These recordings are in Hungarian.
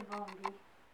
Bambi.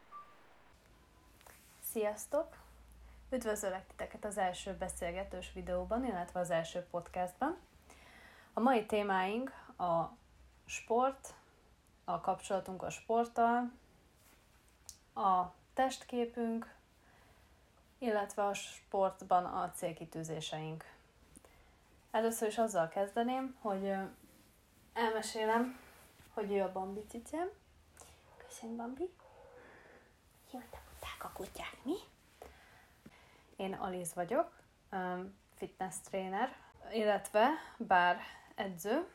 Sziasztok! Üdvözöllek titeket az első beszélgetős videóban, illetve az első podcastban. A mai témáink a sport, a kapcsolatunk a sporttal, a testképünk, illetve a sportban a célkitűzéseink. Először is azzal kezdeném, hogy elmesélem, hogy ő a Bambi cicám. Köszönj, Bambi! Jól tapották a kutyák, mi? Én Aliz vagyok, fitness trainer, illetve bár edző.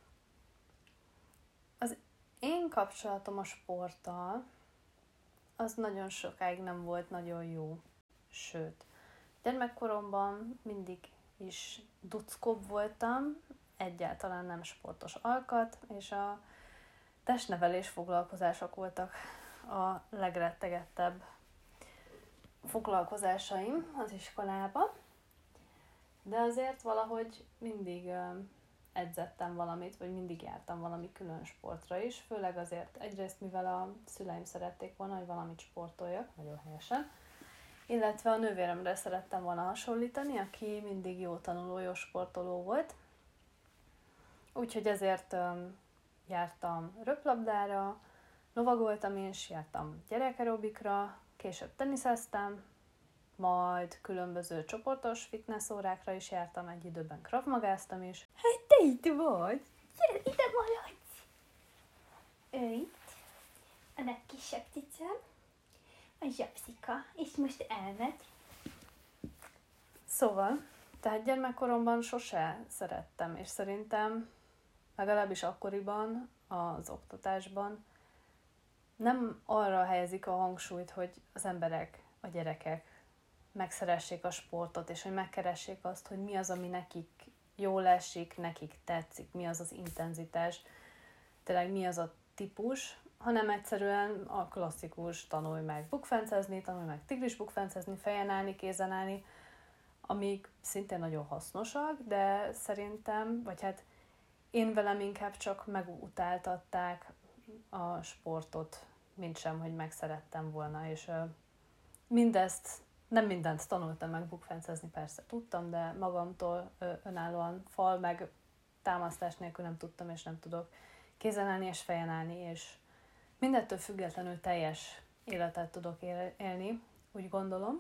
Az én kapcsolatom a sporttal az nagyon sokáig nem volt nagyon jó. Sőt, gyermekkoromban mindig is duckóbb voltam, egyáltalán nem sportos alkat, és a testnevelés foglalkozások voltak a legrettegettebb foglalkozásaim az iskolában, de azért valahogy mindig edzettem valamit, vagy mindig jártam valami külön sportra is, főleg azért egyrészt, mivel a szüleim szerették volna, hogy valamit sportoljak, nagyon helyesen, illetve a nővéremre szerettem volna hasonlítani, aki mindig jó tanuló, jó sportoló volt. Úgyhogy ezért jártam röplabdára, lovagoltam is, jártam gyerekerobikra, később teniszeztem, majd különböző csoportos fitness órákra is jártam, egy időben kravmagáztam is. Hát te itt vagy! Gyere, ide maradj! Ő itt, a legkisebb cicám, a Zsapszika, és most elmegy. Szóval, tehát gyermekkoromban sose szerettem, és szerintem legalábbis akkoriban az oktatásban nem arra helyezik a hangsúlyt, hogy az emberek, a gyerekek megszeressék a sportot, és hogy megkeressék azt, hogy mi az, ami nekik jól esik, nekik tetszik, mi az az intenzitás, tényleg mi az a típus, hanem egyszerűen a klasszikus tanulj meg bukfencezni, tanulj meg tigris bukfencezni, fejen állni, kézen állni, amik szintén nagyon hasznosak, de szerintem, vagy hát én velem inkább csak megutáltatták a sportot, mint sem, hogy megszerettem volna, és mindezt, nem mindent tanultam meg bukfencezni, persze tudtam, de magamtól önállóan fal, meg támasztás nélkül nem tudtam, és nem tudok kézen állni és fejen állni, és mindettől függetlenül teljes életet tudok élni, úgy gondolom.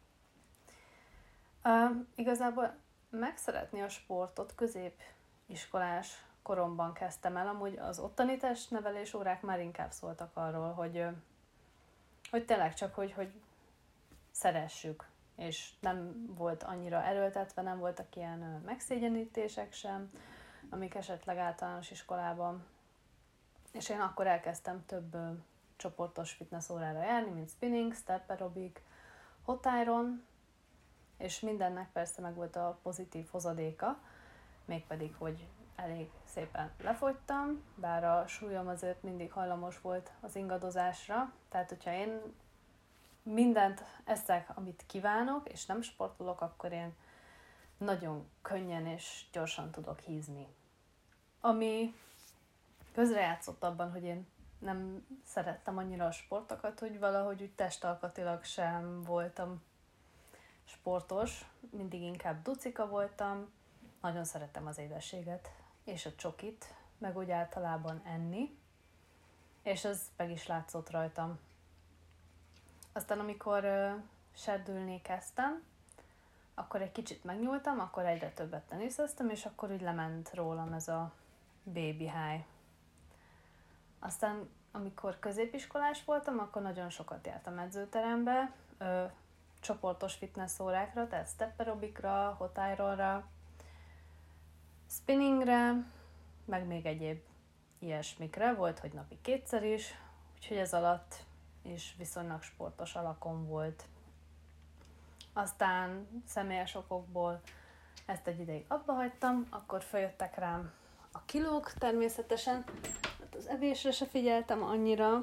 Igazából megszeretni a sportot középiskolás koromban kezdtem el, amúgy az ottani testnevelés órák már inkább szóltak arról, hogy tényleg csak, hogy szeressük, és nem volt annyira erőltetve, nem voltak ilyen megszégyenítések sem, amik esetleg általános iskolában. És én akkor elkezdtem több csoportos fitness órára járni, mint spinning, step aerobic, hot iron, és mindennek persze meg volt a pozitív hozadéka, mégpedig, hogy elég szépen lefogytam, bár a súlyom azért mindig hajlamos volt az ingadozásra, tehát hogyha én mindent eszek, amit kívánok, és nem sportolok, akkor én nagyon könnyen és gyorsan tudok hízni. Ami közrejátszott abban, hogy én nem szerettem annyira a sportokat, hogy valahogy úgy testalkatilag sem voltam sportos, mindig inkább ducika voltam, nagyon szerettem az édességet és a csokit, meg úgy általában enni, és ez meg is látszott rajtam. Aztán amikor serdülni kezdtem, akkor egy kicsit megnyúltam, akkor egyre többet teniszeztem, és akkor úgy lement rólam ez a baby high. Aztán amikor középiskolás voltam, akkor nagyon sokat jártam edzőterembe, csoportos fitness órákra, tehát step aerobikra, hot ironra, spinningre, meg még egyéb ilyesmikre, volt, hogy napi 2-szer is, úgyhogy ez alatt is viszonylag sportos alakon volt. Aztán személyes okokból ezt egy ideig abba hagytam, akkor feljöttek rám a kilók természetesen, hát az evésre se figyeltem annyira.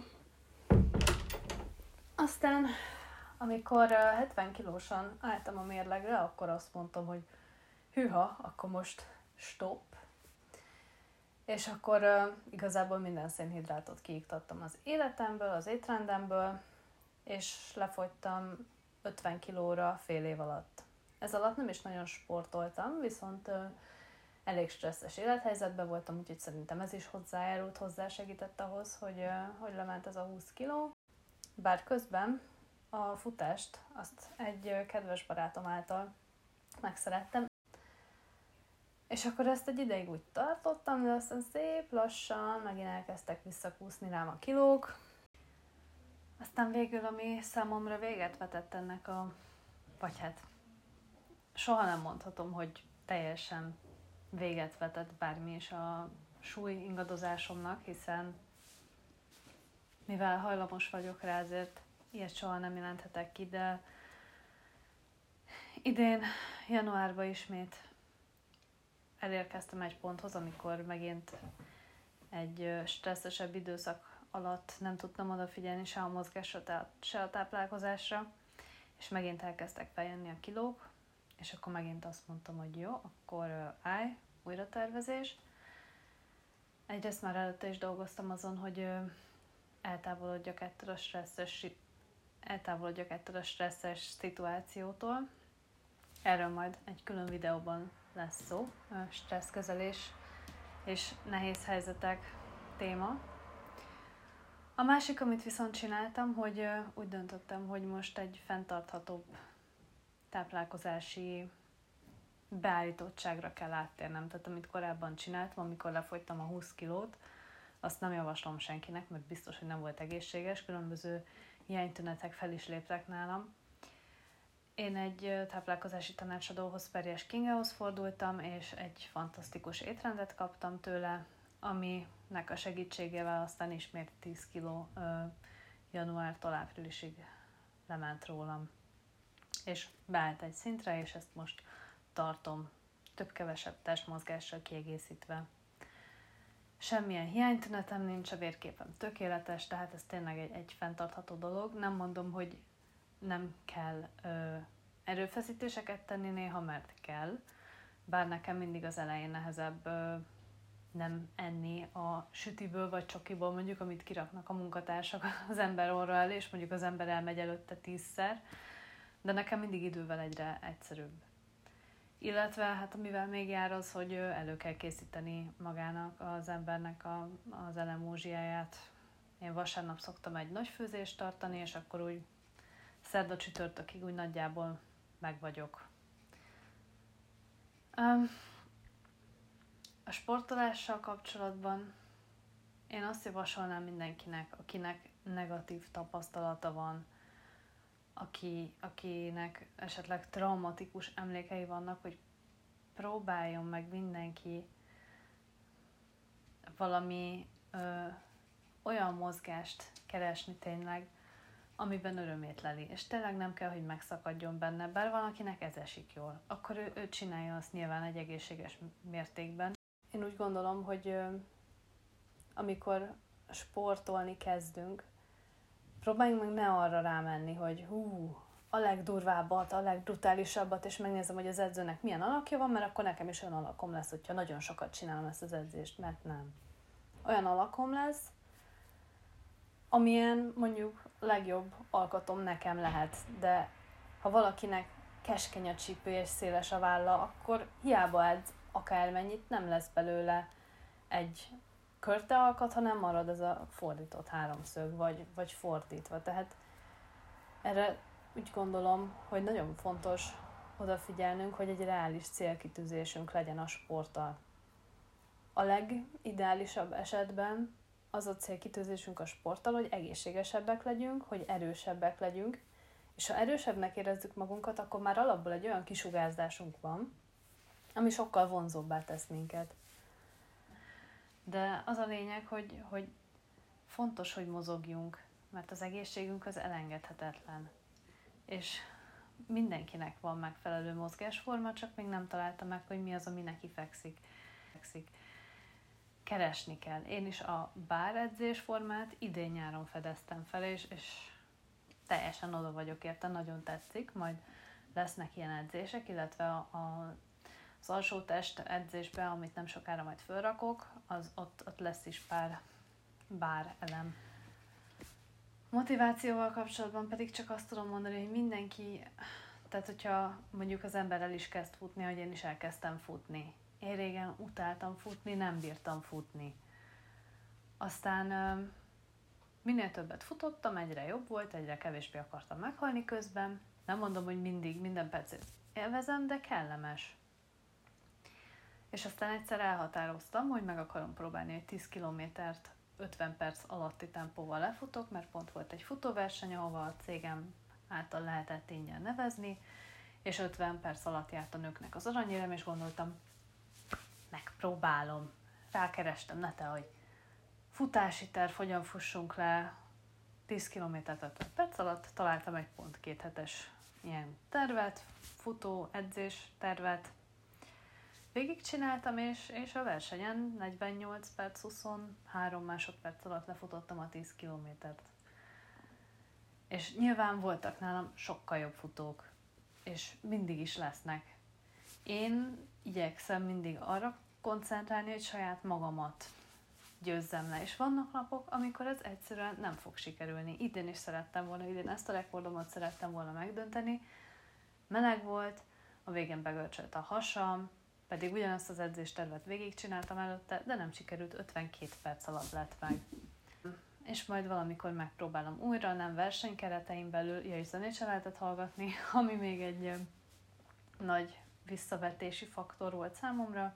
Aztán amikor 70 kilósan álltam a mérlegre, akkor azt mondtam, hogy hűha, akkor most stop. És akkor igazából minden szénhidrátot kiiktattam az életemből, az étrendemből, és lefogytam 50 kilóra fél év alatt. Ez alatt nem is nagyon sportoltam, viszont elég stresszes élethelyzetben voltam, úgyhogy szerintem ez is hozzájárult, hozzásegített ahhoz, hogy lement ez a 20 kiló. Bár közben a futást azt egy kedves barátom által megszerettem, és akkor ezt egy ideig úgy tartottam, de aztán szép lassan megint elkezdtek visszakúszni rám a kilók. Aztán végül, ami számomra véget vetett ennek vagy hát soha nem mondhatom, hogy teljesen véget vetett bármi is a súly ingadozásomnak, hiszen mivel hajlamos vagyok rá, ezért ilyet soha nem jelenthetek ki, de idén januárban ismét elérkeztem egy ponthoz, amikor megint egy stresszesebb időszak alatt nem tudtam odafigyelni se a mozgásra, se a táplálkozásra, és megint elkezdtek feljönni a kilók, és akkor megint azt mondtam, hogy jó, akkor állj, újra tervezés. Egyrészt már előtte is dolgoztam azon, hogy eltávolodjak ettől a stresszes szituációtól. Erről majd egy külön videóban lesz szó, stresszkezelés és nehéz helyzetek téma. A másik, amit viszont csináltam, hogy úgy döntöttem, hogy most egy fenntarthatóbb táplálkozási beállítottságra kell áttérnem. Tehát amit korábban csináltam, amikor lefogytam a 20 kilót, azt nem javaslom senkinek, mert biztos, hogy nem volt egészséges, különböző hiánytünetek fel is léptek nálam. Én egy táplálkozási tanácsadóhoz, Perjes Kingához fordultam, és egy fantasztikus étrendet kaptam tőle, aminek a segítségével aztán ismét 10 kiló januártól áprilisig lement rólam. És beállt egy szintre, és ezt most tartom több-kevesebb testmozgással kiegészítve. Semmilyen hiánytünetem nincs, a vérképem tökéletes, tehát ez tényleg egy fenntartható dolog. Nem mondom, hogy nem kell erőfeszítéseket tenni néha, mert kell. Bár nekem mindig az elején nehezebb nem enni a sütiből vagy csokiból, mondjuk, amit kiraknak a munkatársak az ember orra elé, és mondjuk az ember elmegy előtte 10-szer, de nekem mindig idővel egyre egyszerűbb. Illetve hát amivel még jár az, hogy elő kell készíteni magának az embernek az elemózsiáját. Én vasárnap szoktam egy nagy főzést tartani, és akkor úgy szerda csütörtökig úgy nagyjából meg vagyok. A sportolással kapcsolatban én azt javasolnám mindenkinek, akinek negatív tapasztalata van, akinek esetleg traumatikus emlékei vannak, hogy próbáljon meg mindenki valami olyan mozgást keresni tényleg, amiben örömét leli. És tényleg nem kell, hogy megszakadjon benne, bár van, akinek ez esik jól. Akkor ő csinálja azt nyilván egy egészséges mértékben. Én úgy gondolom, hogy amikor sportolni kezdünk, próbáljunk meg ne arra rámenni, hogy a legdurvábbat, a legbrutálisabbat, és megnézem, hogy az edzőnek milyen alakja van, mert akkor nekem is olyan alakom lesz, hogyha nagyon sokat csinálom ezt az edzést, mert nem. Olyan alakom lesz, amilyen mondjuk legjobb alkatom nekem lehet, de ha valakinek keskeny a csípő és széles a válla, akkor hiába edz akármennyit, nem lesz belőle egy körte alkat, hanem marad ez a fordított háromszög, vagy fordítva. Tehát erre úgy gondolom, hogy nagyon fontos odafigyelnünk, hogy egy reális célkitűzésünk legyen a sporttal. A legideálisabb esetben az a célkitűzésünk a sporttal, hogy egészségesebbek legyünk, hogy erősebbek legyünk, és ha erősebbnek érezzük magunkat, akkor már alapból egy olyan kisugárzásunk van, ami sokkal vonzóbbá tesz minket. De az a lényeg, hogy fontos, hogy mozogjunk, mert az egészségünk az elengedhetetlen. És mindenkinek van megfelelő mozgásforma, csak még nem találta meg, hogy mi az, ami neki fekszik. Keresni kell. Én is a báredzésformát idén-nyáron fedeztem fel, és teljesen oda vagyok érte, nagyon tetszik, majd lesznek ilyen edzések, illetve az alsó test edzésbe, amit nem sokára majd fölrakok, ott lesz is pár bár elem. Motivációval kapcsolatban pedig csak azt tudom mondani, hogy mindenki, tehát hogyha mondjuk az ember el is kezd futni, hogy én is elkezdtem futni. Én régen utáltam futni, nem bírtam futni. Aztán minél többet futottam, egyre jobb volt, egyre kevésbé akartam meghalni közben. Nem mondom, hogy mindig, minden percet élvezem, de kellemes. És aztán egyszer elhatároztam, hogy meg akarom próbálni, hogy 10 kilométert 50 perc alatti tempóval lefutok, mert pont volt egy futóverseny, ahova a cégem által lehetett ingyen nevezni, és 50 perc alatt járt a nőknek az aranyérem, és gondoltam, megpróbálom. Rákerestem neten, hogy futási terv, hogyan fussunk le 10 kilométert 50 perc alatt, találtam egy pont 2 hetes ilyen tervet, futó, edzés tervet. Végigcsináltam, és a versenyen 48 perc, 23 másodperc alatt lefutottam a 10 kilométert. És nyilván voltak nálam sokkal jobb futók, és mindig is lesznek. Én igyekszem mindig arra koncentrálni, hogy saját magamat győzzem le, és vannak napok, amikor ez egyszerűen nem fog sikerülni. Idén is szerettem volna, idén ezt a rekordomat szerettem volna megdönteni. Meleg volt, a végén begörcsölt a hasam, pedig ugyanazt az edzéstervet végigcsináltam előtte, de nem sikerült, 52 perc alatt lett meg. És majd valamikor megpróbálom újra, nem versenykeretein belül, és zenét sem lehetett hallgatni, ami még egy nagy visszavetési faktor volt számomra.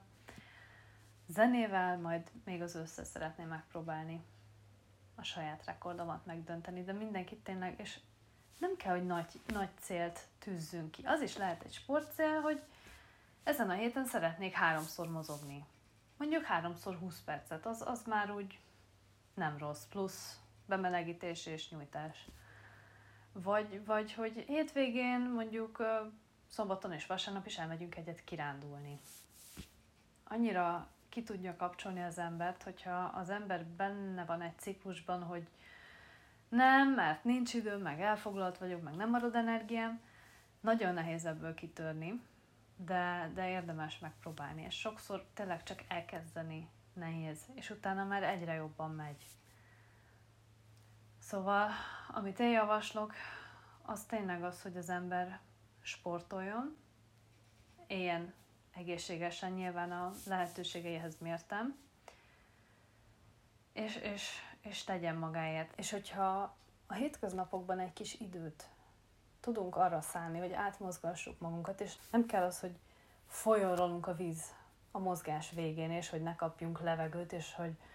Zenével majd még az ősszel szeretném megpróbálni a saját rekordomat megdönteni, de mindenkit tényleg, és nem kell, hogy nagy célt tűzzünk ki. Az is lehet egy sportcél, hogy ezen a héten szeretnék 3-szor mozogni. Mondjuk 3-szor 20 percet, az már úgy nem rossz, plusz bemelegítés és nyújtás. Vagy hogy hétvégén, mondjuk szombaton és vasárnap is elmegyünk egyet kirándulni. Annyira ki tudja kapcsolni az embert, hogyha az ember benne van egy ciklusban, hogy nem, mert nincs időm, meg elfoglalt vagyok, meg nem marad energiám, nagyon nehéz ebből kitörni, de érdemes megpróbálni, és sokszor tényleg csak elkezdeni nehéz, és utána már egyre jobban megy. Szóval, amit én javaslok, az tényleg az, hogy az ember sportoljon, éljen egészségesen, nyilván a lehetőségeihez mértem, és tegyen magáért. És hogyha a hétköznapokban egy kis időt tudunk arra szállni, hogy átmozgassuk magunkat, és nem kell az, hogy folyjon rólunk a víz a mozgás végén, és hogy ne kapjunk levegőt, és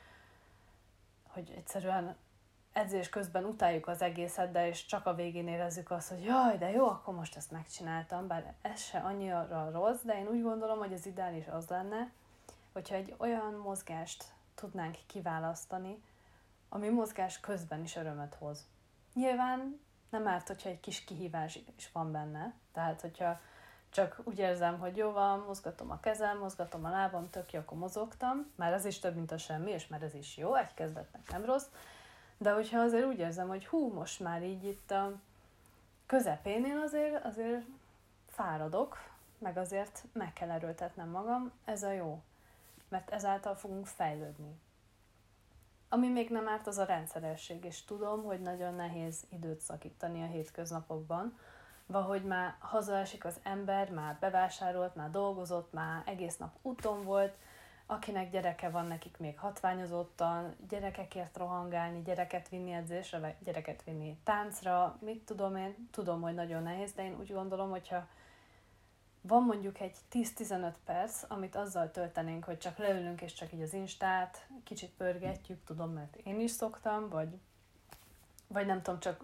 hogy egyszerűen edzés közben utáljuk az egészet, de és csak a végén érezzük azt, hogy jaj, de jó, akkor most ezt megcsináltam, bár ez se annyira rossz, de én úgy gondolom, hogy az ideális az lenne, hogyha egy olyan mozgást tudnánk kiválasztani, ami mozgás közben is örömet hoz. Nyilván nem árt, hogyha egy kis kihívás is van benne, tehát hogyha csak úgy érzem, hogy jó van, mozgatom a kezem, mozgatom a lábam, tök jó, akkor mozogtam, már ez is több, mint a semmi, és már ez is jó, egy kezdetnek nem rossz, de hogyha azért úgy érzem, hogy most már így itt a közepénél azért fáradok, meg azért meg kell erőltetnem magam, ez a jó, mert ezáltal fogunk fejlődni. Ami még nem árt, az a rendszeresség, és tudom, hogy nagyon nehéz időt szakítani a hétköznapokban, valahogy már hazaesik az ember, már bevásárolt, már dolgozott, már egész nap úton volt, akinek gyereke van, nekik még hatványozottan, gyerekekért rohangálni, gyereket vinni edzésre, vagy gyereket vinni táncra, mit tudom én, tudom, hogy nagyon nehéz, de én úgy gondolom, hogyha van mondjuk egy 10-15 perc, amit azzal töltenénk, hogy csak leülünk és csak így az Instát kicsit pörgetjük, tudom, mert én is szoktam, vagy nem tudom, csak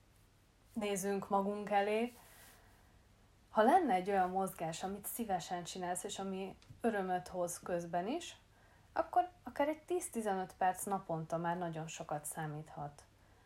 nézünk magunk elé. Ha lenne egy olyan mozgás, amit szívesen csinálsz, és ami örömöt hoz közben is, akkor akár egy 10-15 perc naponta már nagyon sokat számíthat.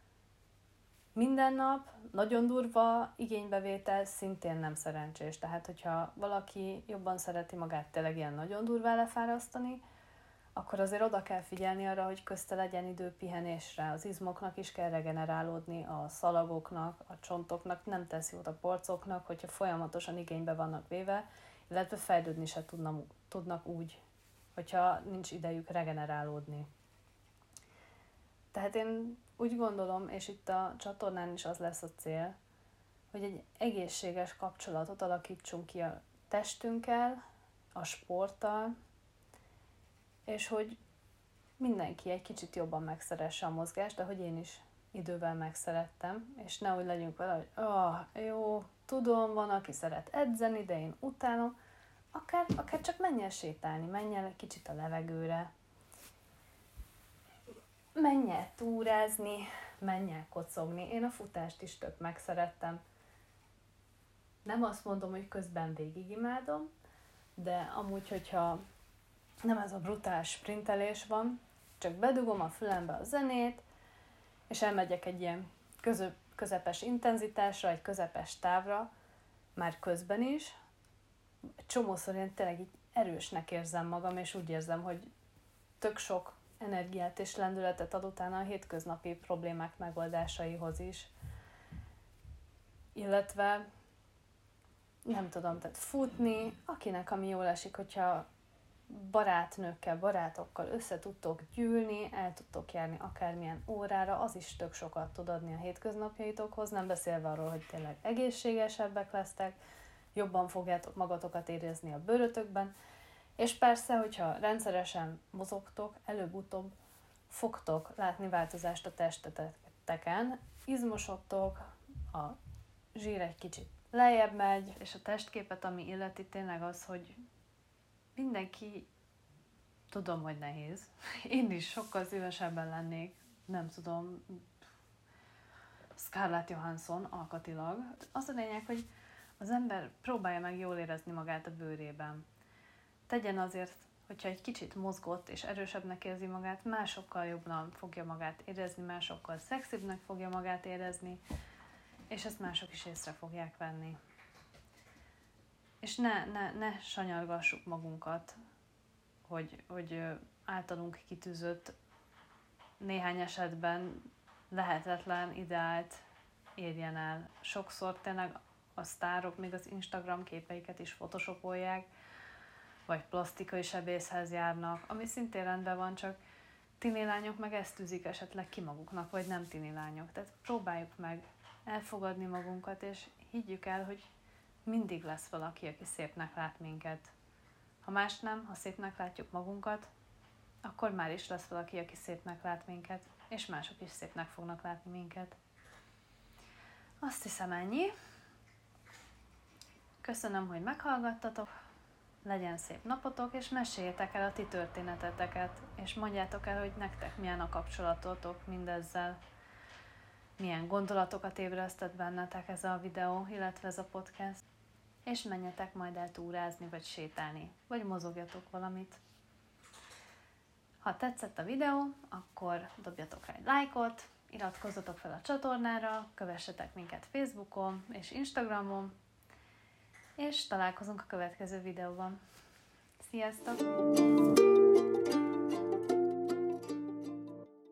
Minden nap nagyon durva igénybevétel szintén nem szerencsés. Tehát, hogyha valaki jobban szereti magát tényleg ilyen nagyon durvá lefárasztani, akkor azért oda kell figyelni arra, hogy közte legyen idő pihenésre. Az izmoknak is kell regenerálódni, a szalagoknak, a csontoknak, nem tesz jót a porcoknak, hogyha folyamatosan igénybe vannak véve, illetve fejlődni se tudnak úgy, hogyha nincs idejük regenerálódni. Tehát én úgy gondolom, és itt a csatornán is az lesz a cél, hogy egy egészséges kapcsolatot alakítsunk ki a testünkkel, a sporttal, és hogy mindenki egy kicsit jobban megszeresse a mozgást, de hogy én is idővel megszerettem, és nehogy legyünk vele, hogy jó, tudom, van, aki szeret edzeni, de én utálom, akár csak menj el sétálni, menj el egy kicsit a levegőre, menj el túrázni, menj el kocogni. Én a futást is tök megszerettem. Nem azt mondom, hogy közben végigimádom, de amúgy, hogyha nem ez a brutál sprintelés van, csak bedugom a fülembe a zenét, és elmegyek egy ilyen közepes intenzitásra, egy közepes távra, már közben is. Csomószor én tényleg így erősnek érzem magam, és úgy érzem, hogy tök sok energiát és lendületet ad utána a hétköznapi problémák megoldásaihoz is. Illetve nem tudom, tehát futni, akinek ami jól esik, hogyha barátnőkkel, barátokkal össze tudtok gyűlni, el tudtok járni akármilyen órára, az is tök sokat tud adni a hétköznapjaitokhoz, nem beszélve arról, hogy tényleg egészségesebbek lesztek, jobban fogjátok magatokat érezni a bőrötökben, és persze, hogyha rendszeresen mozogtok, előbb-utóbb fogtok látni változást a testeteken, izmosodtok, a zsír egy kicsit lejjebb megy, és a testképet, ami illeti, tényleg az, hogy mindenki, tudom, hogy nehéz. Én is sokkal szívesebben lennék, nem tudom, Scarlett Johansson alkatilag. Az a lényeg, hogy az ember próbálja meg jól érezni magát a bőrében. Tegyen azért, hogyha egy kicsit mozgott és erősebbnek érzi magát, másokkal jobban fogja magát érezni, másokkal szexibbnek fogja magát érezni, és ezt mások is észre fogják venni. És ne sanyargassuk magunkat, hogy általunk kitűzött, néhány esetben lehetetlen ideált érjen el. Sokszor tényleg a sztárok még az Instagram képeiket is photoshopolják, vagy plastikai sebészhez járnak, ami szintén rendben van, csak tini lányok meg ezt tűzik esetleg ki maguknak, vagy nem tini lányok. Tehát próbáljuk meg elfogadni magunkat, és higgyük el, hogy mindig lesz valaki, aki szépnek lát minket. Ha más nem, ha szépnek látjuk magunkat, akkor már is lesz valaki, aki szépnek lát minket, és mások is szépnek fognak látni minket. Azt hiszem, ennyi. Köszönöm, hogy meghallgattatok, legyen szép napotok, és meséljétek el a ti történeteteket, és mondjátok el, hogy nektek milyen a kapcsolatotok mindezzel, milyen gondolatokat ébresztett bennetek ez a videó, illetve ez a podcast, és menjetek majd el túrázni, vagy sétálni, vagy mozogjatok valamit. Ha tetszett a videó, akkor dobjatok rá egy lájkot, iratkozzatok fel a csatornára, kövessetek minket Facebookon és Instagramon, és találkozunk a következő videóban. Sziasztok!